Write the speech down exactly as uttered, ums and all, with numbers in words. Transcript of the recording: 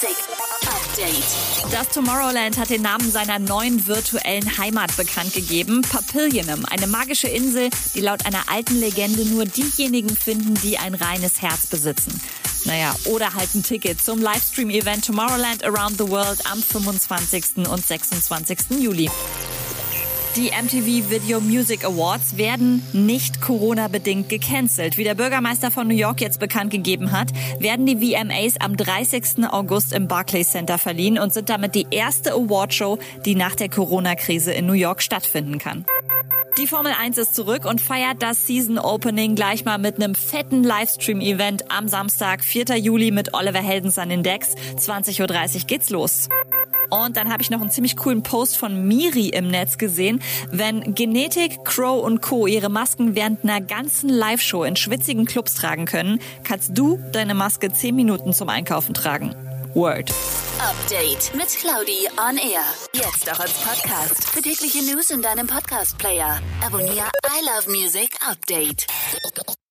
Music Update. Das Tomorrowland hat den Namen seiner neuen virtuellen Heimat bekannt gegeben. Papillionum, eine magische Insel, die laut einer alten Legende nur diejenigen finden, die ein reines Herz besitzen. Naja, oder halt ein Ticket zum Livestream-Event Tomorrowland Around the World am fünfundzwanzigsten und sechsundzwanzigsten Juli. Die M T V Video Music Awards werden nicht Corona-bedingt gecancelt. Wie der Bürgermeister von New York jetzt bekannt gegeben hat, werden die V M As am dreißigsten August im Barclays Center verliehen und sind damit die erste Awardshow, die nach der Corona-Krise in New York stattfinden kann. Die Formel eins ist zurück und feiert das Season Opening gleich mal mit einem fetten Livestream-Event am Samstag, vierten Juli mit Oliver Heldens an den Decks. zwanzig Uhr dreißig geht's los. Und dann habe ich noch einen ziemlich coolen Post von Miri im Netz gesehen. Wenn Genetik, Crow und Co. ihre Masken während einer ganzen Live-Show in schwitzigen Clubs tragen können, kannst du deine Maske zehn Minuten zum Einkaufen tragen. Word. Update mit Claudi on Air. Jetzt auch als Podcast. Für tägliche News in deinem Podcast-Player. Abonniere I Love Music Update.